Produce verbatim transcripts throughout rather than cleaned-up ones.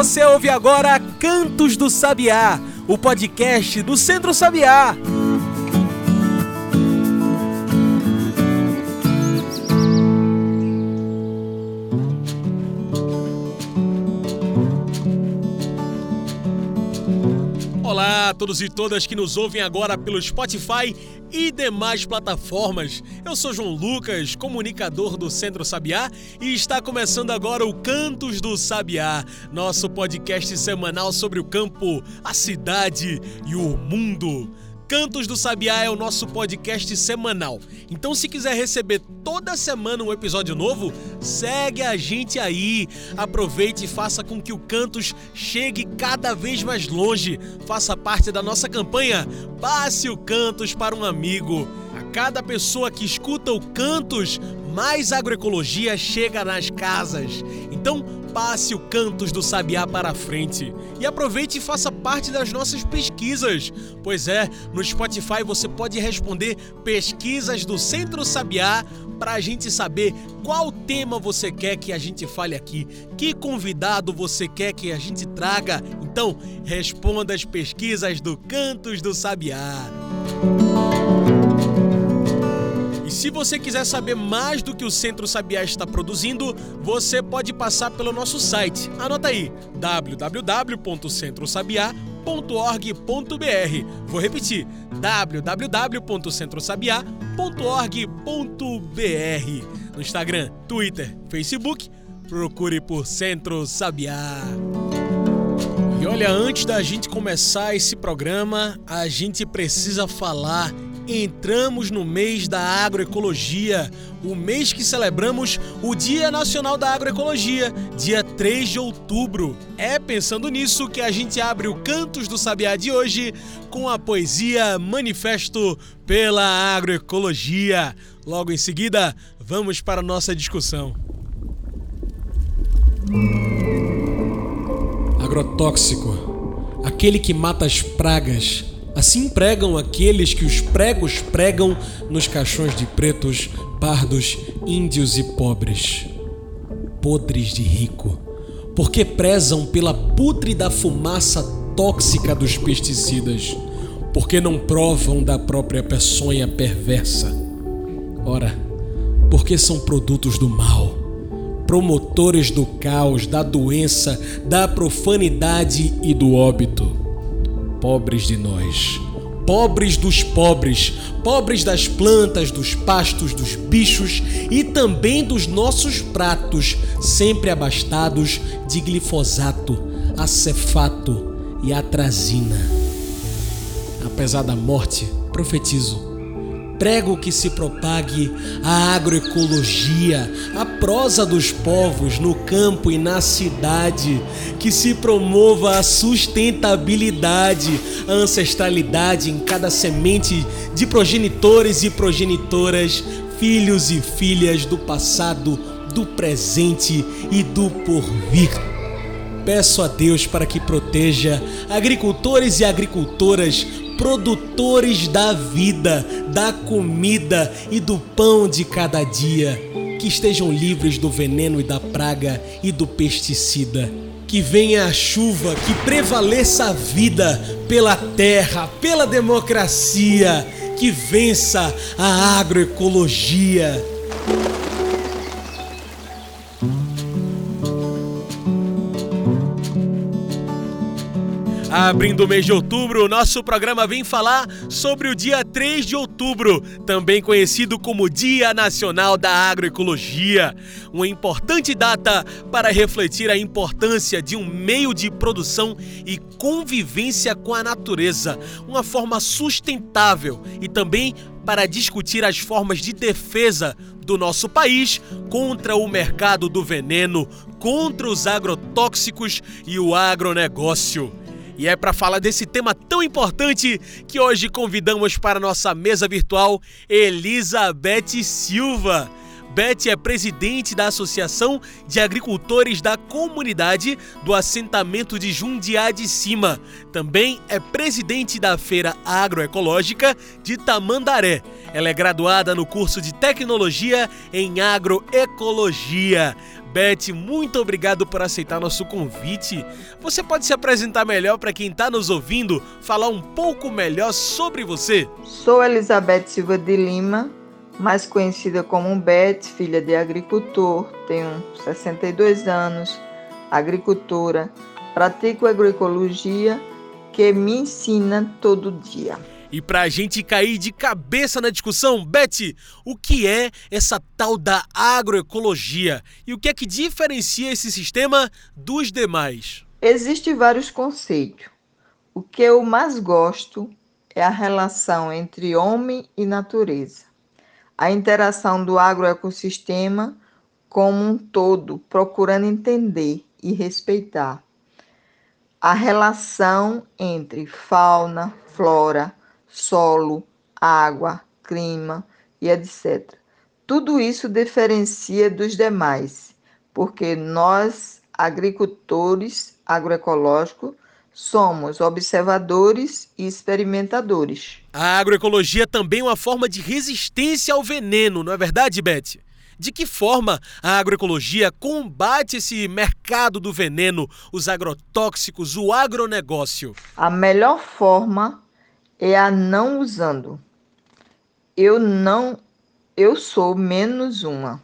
Você ouve agora Cantos do Sabiá, o podcast do Centro Sabiá. Olá a todos e todas que nos ouvem agora pelo Spotify e demais plataformas. Eu sou João Lucas, comunicador do Centro Sabiá, e está começando agora o Cantos do Sabiá, nosso podcast semanal sobre o campo, a cidade e o mundo. Cantos do Sabiá é o nosso podcast semanal. Então, se quiser receber toda semana um episódio novo, segue a gente aí. Aproveite e faça com que o Cantos chegue cada vez mais longe. Faça parte da nossa campanha. Passe o Cantos para um amigo. A cada pessoa que escuta o Cantos, mais agroecologia chega nas casas. Então, passe o Cantos do Sabiá para a frente. E aproveite e faça parte das nossas pesquisas. Pois é, no Spotify você pode responder pesquisas do Centro Sabiá para a gente saber qual tema você quer que a gente fale aqui, que convidado você quer que a gente traga. Então, responda as pesquisas do Cantos do Sabiá. E se você quiser saber mais do que o Centro Sabiá está produzindo, você pode passar pelo nosso site. Anota aí, w w w ponto centro sabiá ponto org ponto b r. Vou repetir, w w w ponto centro sabiá ponto org ponto b r. No Instagram, Twitter, Facebook, procure por Centro Sabiá. E olha, antes da gente começar esse programa, a gente precisa falar. Entramos no mês da agroecologia, o mês que celebramos o Dia Nacional da Agroecologia, dia três de outubro. É pensando nisso que a gente abre o Cantos do Sabiá de hoje com a poesia Manifesto pela Agroecologia. Logo em seguida, vamos para a nossa discussão. Agrotóxico, aquele que mata as pragas. Assim pregam aqueles que os pregos pregam nos caixões de pretos, pardos, índios e pobres. Podres de rico, porque prezam pela pútrida fumaça tóxica dos pesticidas, porque não provam da própria peçonha perversa. Ora, porque são produtos do mal, promotores do caos, da doença, da profanidade e do óbito. Pobres de nós, pobres dos pobres, pobres das plantas, dos pastos, dos bichos e também dos nossos pratos, sempre abastados de glifosato, acefato e atrazina. Apesar da morte, profetizo. Prego que se propague a agroecologia, a prosa dos povos no campo e na cidade, que se promova a sustentabilidade, a ancestralidade em cada semente de progenitores e progenitoras, filhos e filhas do passado, do presente e do porvir. Peço a Deus para que proteja agricultores e agricultoras, produtores da vida, da comida e do pão de cada dia, que estejam livres do veneno e da praga e do pesticida. Que venha a chuva, que prevaleça a vida pela terra, pela democracia, que vença a agroecologia. Abrindo o mês de outubro, o nosso programa vem falar sobre o dia três de outubro, também conhecido como Dia Nacional da Agroecologia. Uma importante data para refletir a importância de um meio de produção e convivência com a natureza, uma forma sustentável, e também para discutir as formas de defesa do nosso país contra o mercado do veneno, contra os agrotóxicos e o agronegócio. E é para falar desse tema tão importante que hoje convidamos para nossa mesa virtual Elizabeth Silva. Beth é presidente da Associação de Agricultores da Comunidade do Assentamento de Jundiá de Cima. Também é presidente da Feira Agroecológica de Tamandaré. Ela é graduada no curso de Tecnologia em Agroecologia. Beth, muito obrigado por aceitar nosso convite. Você pode se apresentar melhor para quem está nos ouvindo, falar um pouco melhor sobre você? Sou Elizabeth Silva de Lima, mais conhecida como Beth, filha de agricultor, tenho sessenta e dois anos, agricultora, pratico agroecologia, que me ensina todo dia. E para a gente cair de cabeça na discussão, Beth, o que é essa tal da agroecologia? E o que é que diferencia esse sistema dos demais? Existem vários conceitos. O que eu mais gosto é a relação entre homem e natureza. A interação do agroecossistema como um todo, procurando entender e respeitar. A relação entre fauna, flora, solo, água, clima e etcétera. Tudo isso diferencia dos demais, porque nós, agricultores agroecológicos, somos observadores e experimentadores. A agroecologia também é uma forma de resistência ao veneno, não é verdade, Beth? De que forma a agroecologia combate esse mercado do veneno, os agrotóxicos, o agronegócio? A melhor forma é a não usando. Eu não, eu sou menos uma.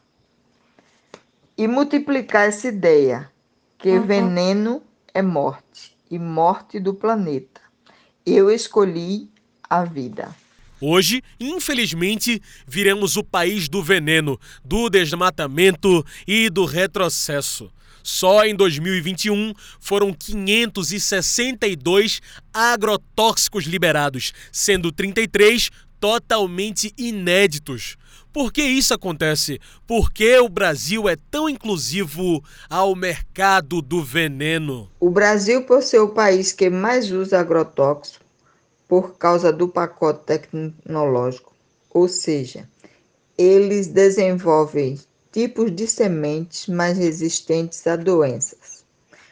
E multiplicar essa ideia, que uhum. veneno é morte, e morte do planeta. Eu escolhi a vida. Hoje, infelizmente, viremos o país do veneno, do desmatamento e do retrocesso. Só em dois mil e vinte e um foram quinhentos e sessenta e dois agrotóxicos liberados, sendo trinta e três totalmente inéditos. Por que isso acontece? Por que o Brasil é tão inclusivo ao mercado do veneno? O Brasil, por ser o país que mais usa agrotóxico, por causa do pacote tecnológico, ou seja, eles desenvolvem tipos de sementes mais resistentes a doenças,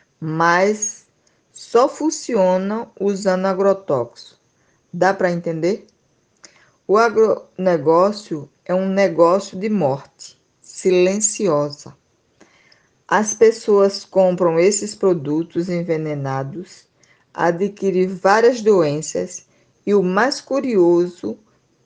mas só funcionam usando agrotóxico. Dá para entender? O agronegócio é um negócio de morte silenciosa. As pessoas compram esses produtos envenenados, adquirem várias doenças e o mais curioso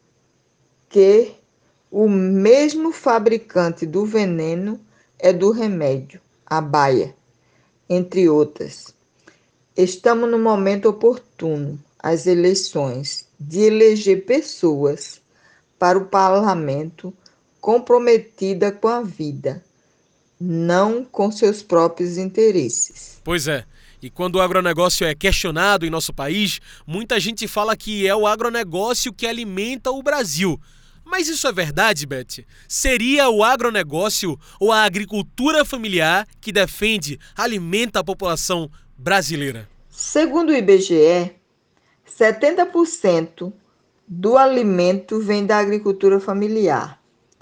que o mesmo fabricante do veneno é do remédio, a Bayer, entre outras. Estamos no momento oportuno, as eleições, de eleger pessoas para o parlamento comprometida com a vida, não com seus próprios interesses. Pois é. E quando o agronegócio é questionado em nosso país, muita gente fala que é o agronegócio que alimenta o Brasil. Mas isso é verdade, Beth? Seria o agronegócio ou a agricultura familiar que defende, alimenta a população brasileira? Segundo o I B G E, setenta por cento do alimento vem da agricultura familiar.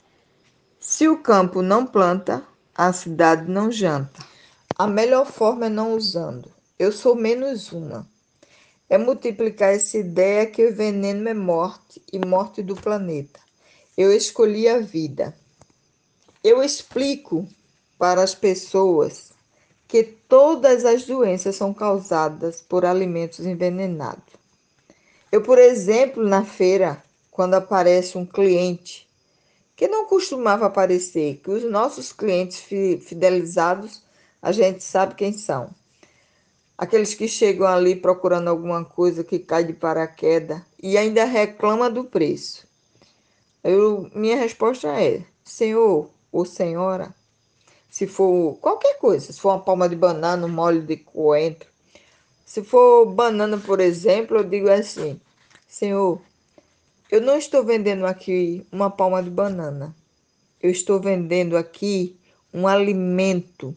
Se o campo não planta, a cidade não janta. A melhor forma é não usando. Eu sou menos uma. É multiplicar essa ideia que o veneno é morte e morte do planeta. Eu escolhi a vida. Eu explico para as pessoas que todas as doenças são causadas por alimentos envenenados. Eu, por exemplo, na feira, quando aparece um cliente que não costumava aparecer, que os nossos clientes fidelizados, a gente sabe quem são. Aqueles que chegam ali procurando alguma coisa que cai de paraquedas e ainda reclama do preço. Eu, minha resposta é, senhor ou senhora, se for qualquer coisa, se for uma palma de banana, um molho de coentro, se for banana, por exemplo, eu digo assim, senhor, eu não estou vendendo aqui uma palma de banana, eu estou vendendo aqui um alimento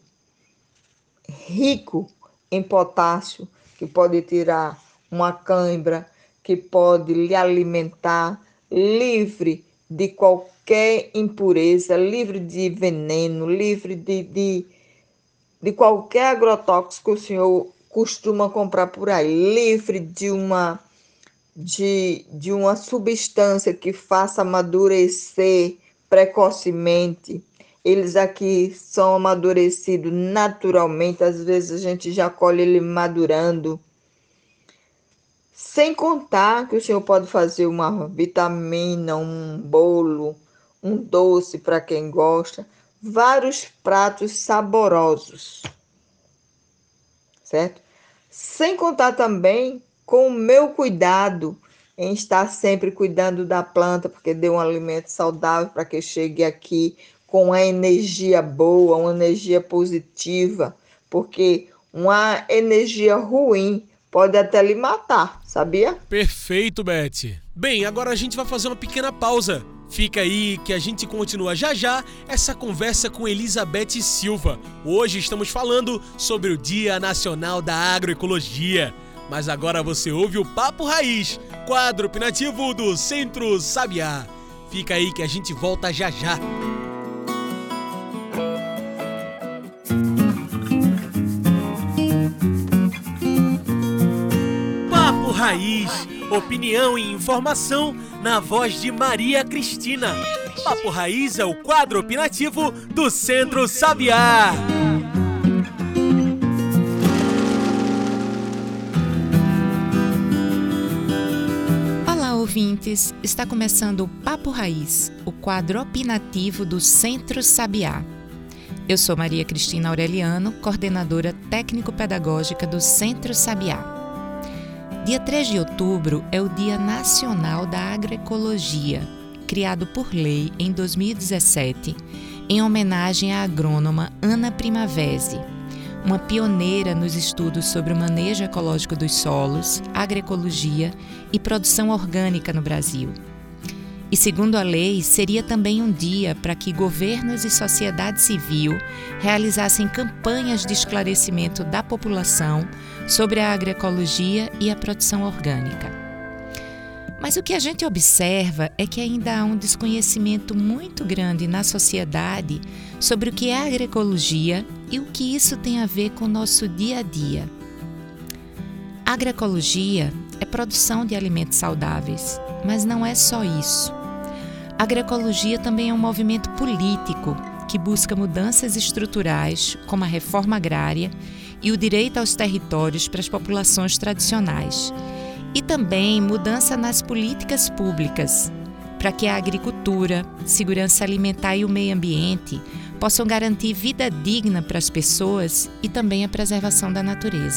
rico em potássio, que pode tirar uma cãibra, que pode lhe alimentar livre de qualquer qualquer impureza, livre de veneno, livre de, de, de qualquer agrotóxico que o senhor costuma comprar por aí, livre de uma, de, de uma substância que faça amadurecer precocemente. Eles aqui são amadurecidos naturalmente, às vezes a gente já colhe ele madurando. Sem contar que o senhor pode fazer uma vitamina, um bolo, um doce para quem gosta, vários pratos saborosos, certo? Sem contar também com o meu cuidado em estar sempre cuidando da planta, porque dê um alimento saudável para que chegue aqui com uma energia boa, uma energia positiva, porque uma energia ruim pode até lhe matar, sabia? Perfeito, Beth. Bem, agora a gente vai fazer uma pequena pausa. Fica aí que a gente continua já já essa conversa com Elizabeth Silva. Hoje estamos falando sobre o Dia Nacional da Agroecologia. Mas agora você ouve o Papo Raiz, quadro opinativo do Centro Sabiá. Fica aí que a gente volta já já. Papo Raiz, opinião e informação na voz de Maria Cristina. Papo Raiz é o quadro opinativo do Centro Sabiá. Olá, ouvintes! Está começando o Papo Raiz, o quadro opinativo do Centro Sabiá. Eu sou Maria Cristina Aureliano, coordenadora técnico-pedagógica do Centro Sabiá. Dia três de outubro é o Dia Nacional da Agroecologia, criado por lei em dois mil e dezessete, em homenagem à agrônoma Ana Primavesi, uma pioneira nos estudos sobre o manejo ecológico dos solos, agroecologia e produção orgânica no Brasil. E, segundo a lei, seria também um dia para que governos e sociedade civil realizassem campanhas de esclarecimento da população sobre a agroecologia e a produção orgânica. Mas o que a gente observa é que ainda há um desconhecimento muito grande na sociedade sobre o que é agroecologia e o que isso tem a ver com o nosso dia a dia. A agroecologia é produção de alimentos saudáveis, mas não é só isso. A agroecologia também é um movimento político que busca mudanças estruturais, como a reforma agrária e o direito aos territórios para as populações tradicionais, e também mudança nas políticas públicas, para que a agricultura, segurança alimentar e o meio ambiente possam garantir vida digna para as pessoas e também a preservação da natureza.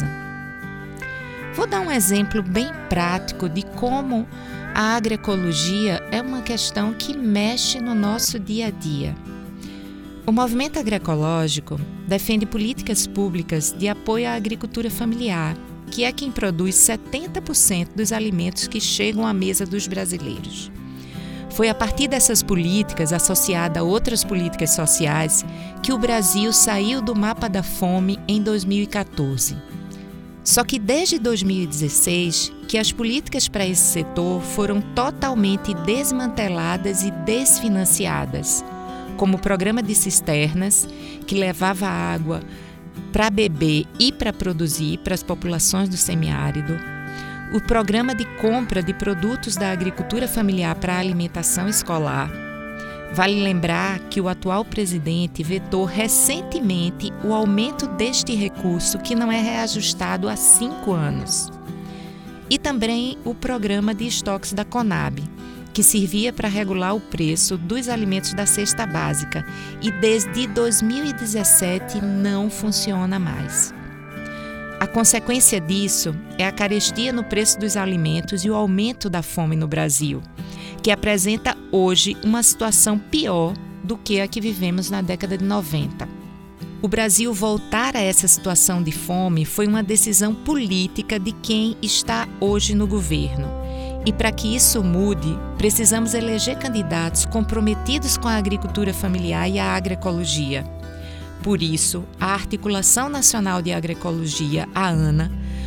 Vou dar um exemplo bem prático de como a agroecologia é uma questão que mexe no nosso dia a dia. O movimento agroecológico defende políticas públicas de apoio à agricultura familiar, que é quem produz setenta por cento dos alimentos que chegam à mesa dos brasileiros. Foi a partir dessas políticas, associada a outras políticas sociais, que o Brasil saiu do mapa da fome em dois mil e catorze. Só que desde dois mil e dezesseis, que as políticas para esse setor foram totalmente desmanteladas e desfinanciadas, como o programa de cisternas, que levava água para beber e para produzir para as populações do semiárido, o programa de compra de produtos da agricultura familiar para a alimentação escolar. Vale lembrar que o atual presidente vetou recentemente o aumento deste recurso, que não é reajustado há cinco anos. E também o programa de estoques da Conab, que servia para regular o preço dos alimentos da cesta básica e desde dois mil e dezessete não funciona mais. A consequência disso é a carestia no preço dos alimentos e o aumento da fome no Brasil, que apresenta hoje uma situação pior do que a que vivemos na década de noventa. O Brasil voltar a essa situação de fome foi uma decisão política de quem está hoje no governo. E para que isso mude, precisamos eleger candidatos comprometidos com a agricultura familiar e a agroecologia. Por isso, a Articulação Nacional de Agroecologia, a ANA,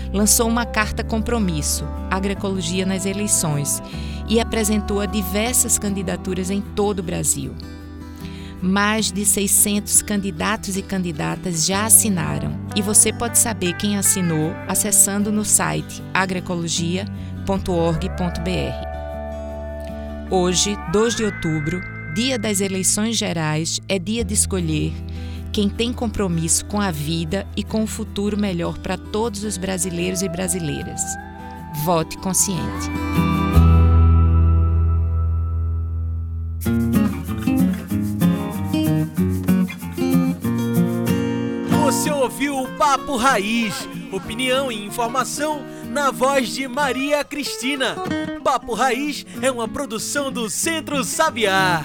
lançou uma carta compromisso, Agroecologia nas Eleições, e apresentou a diversas candidaturas em todo o Brasil. Mais de seiscentos candidatos e candidatas já assinaram, e você pode saber quem assinou acessando no site agroecologia ponto org ponto br. Hoje, dois de outubro, dia das eleições gerais, é dia de escolher quem tem compromisso com a vida e com o futuro melhor para todos os brasileiros e brasileiras. Vote consciente. Você ouviu o Papo Raiz, opinião e informação na voz de Maria Cristina. Papo Raiz é uma produção do Centro Sabiá.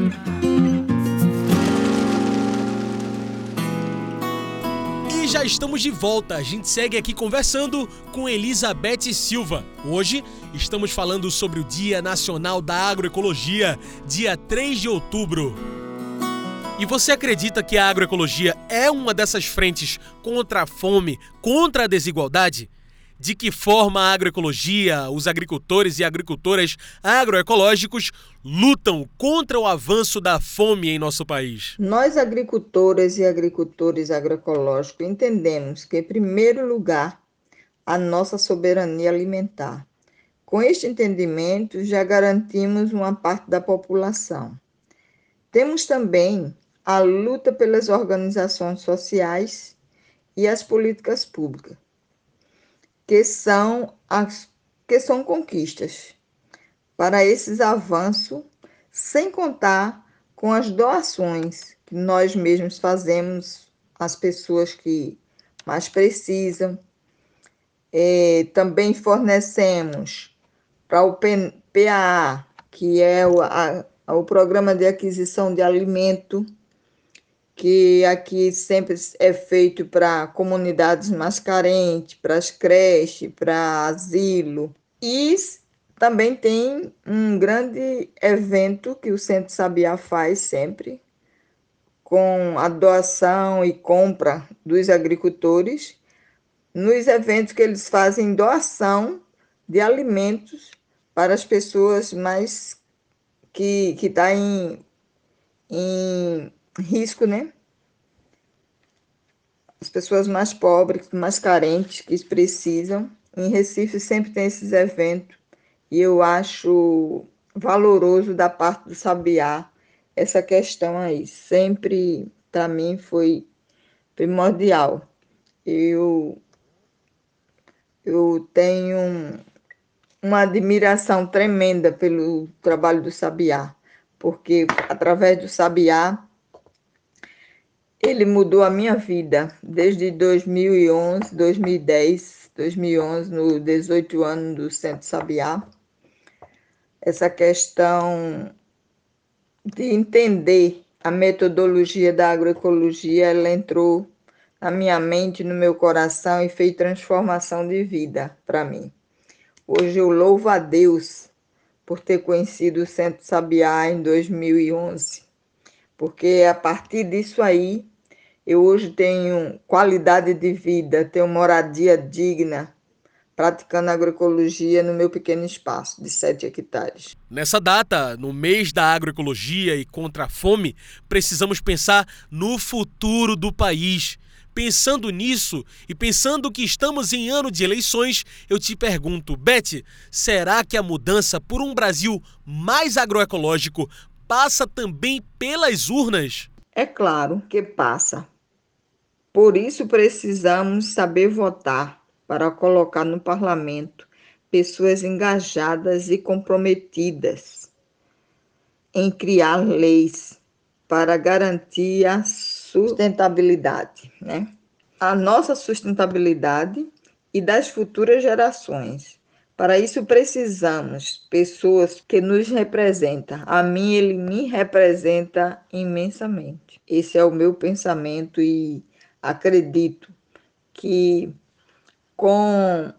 E já estamos de volta. A gente segue aqui conversando com Elizabeth Silva. Hoje estamos falando sobre o Dia Nacional da Agroecologia, dia três de outubro. E você acredita que a agroecologia é uma dessas frentes contra a fome, contra a desigualdade? De que forma a agroecologia, os agricultores e agricultoras agroecológicos lutam contra o avanço da fome em nosso país? Nós, agricultoras e agricultores agroecológicos, entendemos que, em primeiro lugar, a nossa soberania alimentar. Com este entendimento, já garantimos uma parte da população. Temos também a luta pelas organizações sociais e as políticas públicas, que são, as, que são conquistas para esses avanços, sem contar com as doações que nós mesmos fazemos às pessoas que mais precisam. É, também fornecemos para o P A A, que é o, a, o Programa de Aquisição de Alimento, que aqui sempre é feito para comunidades mais carentes, para as creches, para asilo. E também tem um grande evento que o Centro Sabiá faz sempre, com a doação e compra dos agricultores, nos eventos que eles fazem doação de alimentos para as pessoas mais que que estão em, em risco, né? As pessoas mais pobres, mais carentes, que precisam. Em Recife sempre tem esses eventos e eu acho valoroso da parte do Sabiá essa questão aí. Sempre, para mim, foi primordial. Eu, eu tenho uma admiração tremenda pelo trabalho do Sabiá, porque através do Sabiá ele mudou a minha vida desde dois mil e onze, dois mil e dez, dois mil e onze, no dezoito anos do Centro Sabiá. Essa questão de entender a metodologia da agroecologia, ela entrou na minha mente, no meu coração e fez transformação de vida para mim. Hoje eu louvo a Deus por ter conhecido o Centro Sabiá em dois mil e onze, porque a partir disso aí, eu hoje tenho qualidade de vida, tenho moradia digna, praticando agroecologia no meu pequeno espaço de sete hectares. Nessa data, no mês da agroecologia e contra a fome, precisamos pensar no futuro do país. Pensando nisso e pensando que estamos em ano de eleições, eu te pergunto, Beth, será que a mudança por um Brasil mais agroecológico passa também pelas urnas? É claro que passa. Por isso precisamos saber votar para colocar no parlamento pessoas engajadas e comprometidas em criar leis para garantir a sustentabilidade, né? A nossa sustentabilidade e das futuras gerações. Para isso precisamos pessoas que nos representam. A mim, ele me representa imensamente. Esse é o meu pensamento e acredito que com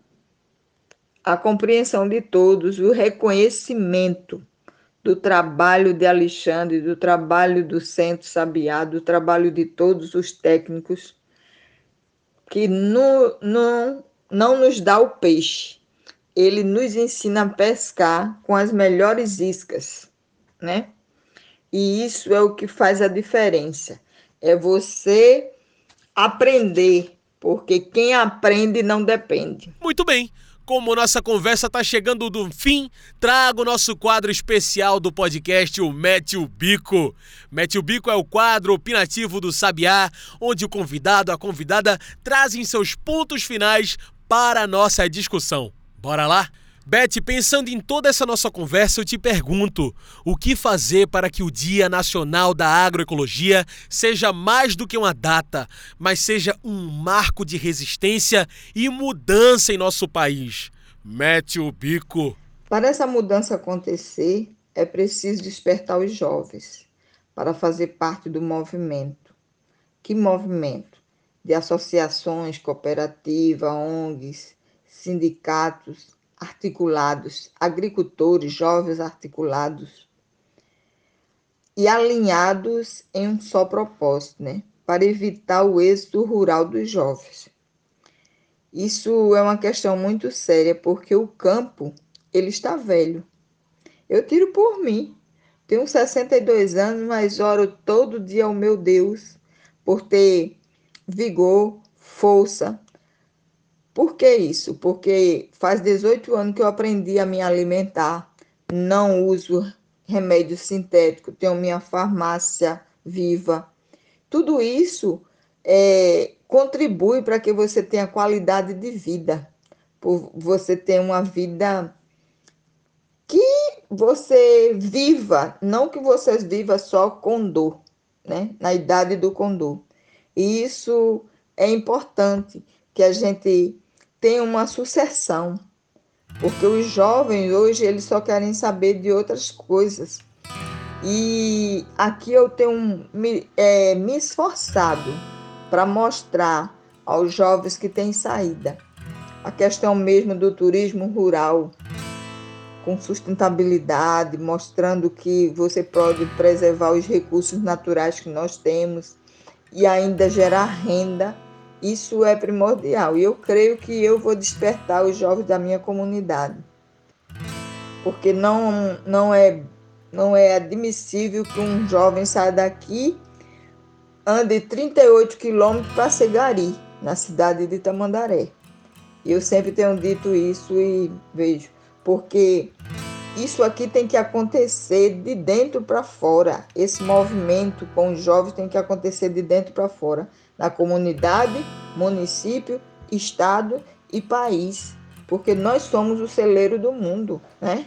a compreensão de todos, o reconhecimento do trabalho de Alexandre, do trabalho do Centro Sabiá, do trabalho de todos os técnicos que no, no, não nos dá o peixe, ele nos ensina a pescar com as melhores iscas, né? E isso é o que faz a diferença. É você aprender, porque quem aprende não depende. Muito bem. Como nossa conversa está chegando do fim, trago o nosso quadro especial do podcast, o Mete o Bico. Mete o Bico é o quadro opinativo do Sabiá, onde o convidado, a convidada, trazem seus pontos finais para a nossa discussão. Bora lá? Beth, pensando em toda essa nossa conversa, eu te pergunto, o que fazer para que o Dia Nacional da Agroecologia seja mais do que uma data, mas seja um marco de resistência e mudança em nosso país? Mete o bico. Para essa mudança acontecer, é preciso despertar os jovens para fazer parte do movimento. Que movimento? De associações, cooperativas, O N Gs, sindicatos, articulados, agricultores, jovens articulados e alinhados em um só propósito, né? Para evitar o êxodo rural dos jovens. Isso é uma questão muito séria, porque o campo, ele está velho. Eu tiro por mim. Tenho sessenta e dois anos, mas oro todo dia ao meu Deus por ter vigor, força. Por que isso? Porque faz dezoito anos que eu aprendi a me alimentar, não uso remédio sintético, tenho minha farmácia viva. Tudo isso é, contribui para que você tenha qualidade de vida, por você ter uma vida que você viva, não que você viva só com dor, né? Na idade do condor. E isso é importante, que a gente tem uma sucessão, porque os jovens hoje eles só querem saber de outras coisas. E aqui eu tenho me, é, me esforçado para mostrar aos jovens que têm saída. A questão mesmo do turismo rural, com sustentabilidade, mostrando que você pode preservar os recursos naturais que nós temos e ainda gerar renda. Isso é primordial e eu creio que eu vou despertar os jovens da minha comunidade, porque não, não, é, não é admissível que um jovem saia daqui, ande trinta e oito quilômetros para Segari, na cidade de Tamandaré. E eu sempre tenho dito isso e vejo, porque isso aqui tem que acontecer de dentro para fora. Esse movimento com os jovens tem que acontecer de dentro para fora, na comunidade, município, estado e país, porque nós somos o celeiro do mundo, né?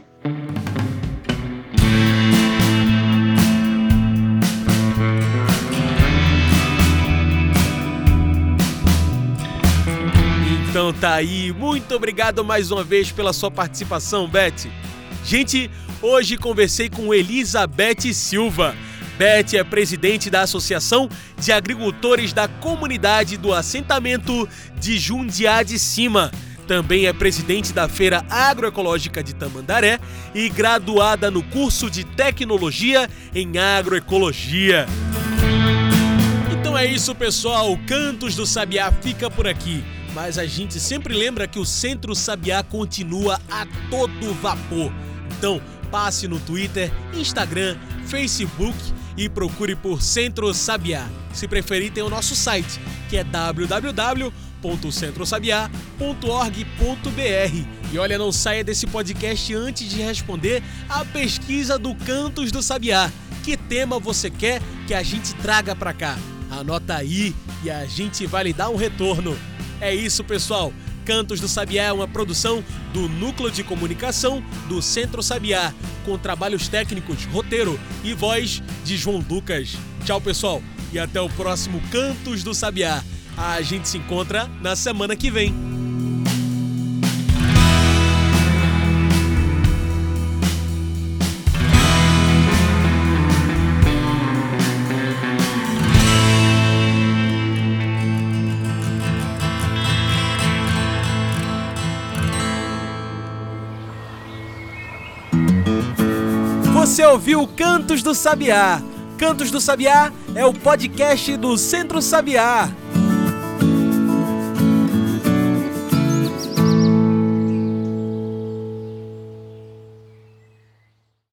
Então tá aí, muito obrigado mais uma vez pela sua participação, Beth. Gente, hoje conversei com Elizabeth Silva. Beth é presidente da Associação de Agricultores da Comunidade do Assentamento de Jundiá de Cima. Também é presidente da Feira Agroecológica de Tamandaré e graduada no curso de Tecnologia em Agroecologia. Então é isso, pessoal. O Cantos do Sabiá fica por aqui. Mas a gente sempre lembra que o Centro Sabiá continua a todo vapor. Então, passe no Twitter, Instagram, Facebook e procure por Centro Sabiá. Se preferir, tem o nosso site, que é w w w ponto centro sabiá ponto org ponto b r. E olha, não saia desse podcast antes de responder a pesquisa do Cantos do Sabiá. Que tema você quer que a gente traga para cá? Anota aí e a gente vai lhe dar um retorno. É isso, pessoal. Cantos do Sabiá é uma produção do Núcleo de Comunicação do Centro Sabiá, com trabalhos técnicos, roteiro e voz de João Lucas. Tchau, pessoal, e até o próximo Cantos do Sabiá. A gente se encontra na semana que vem. Você ouviu Cantos do Sabiá. Cantos do Sabiá é o podcast do Centro Sabiá.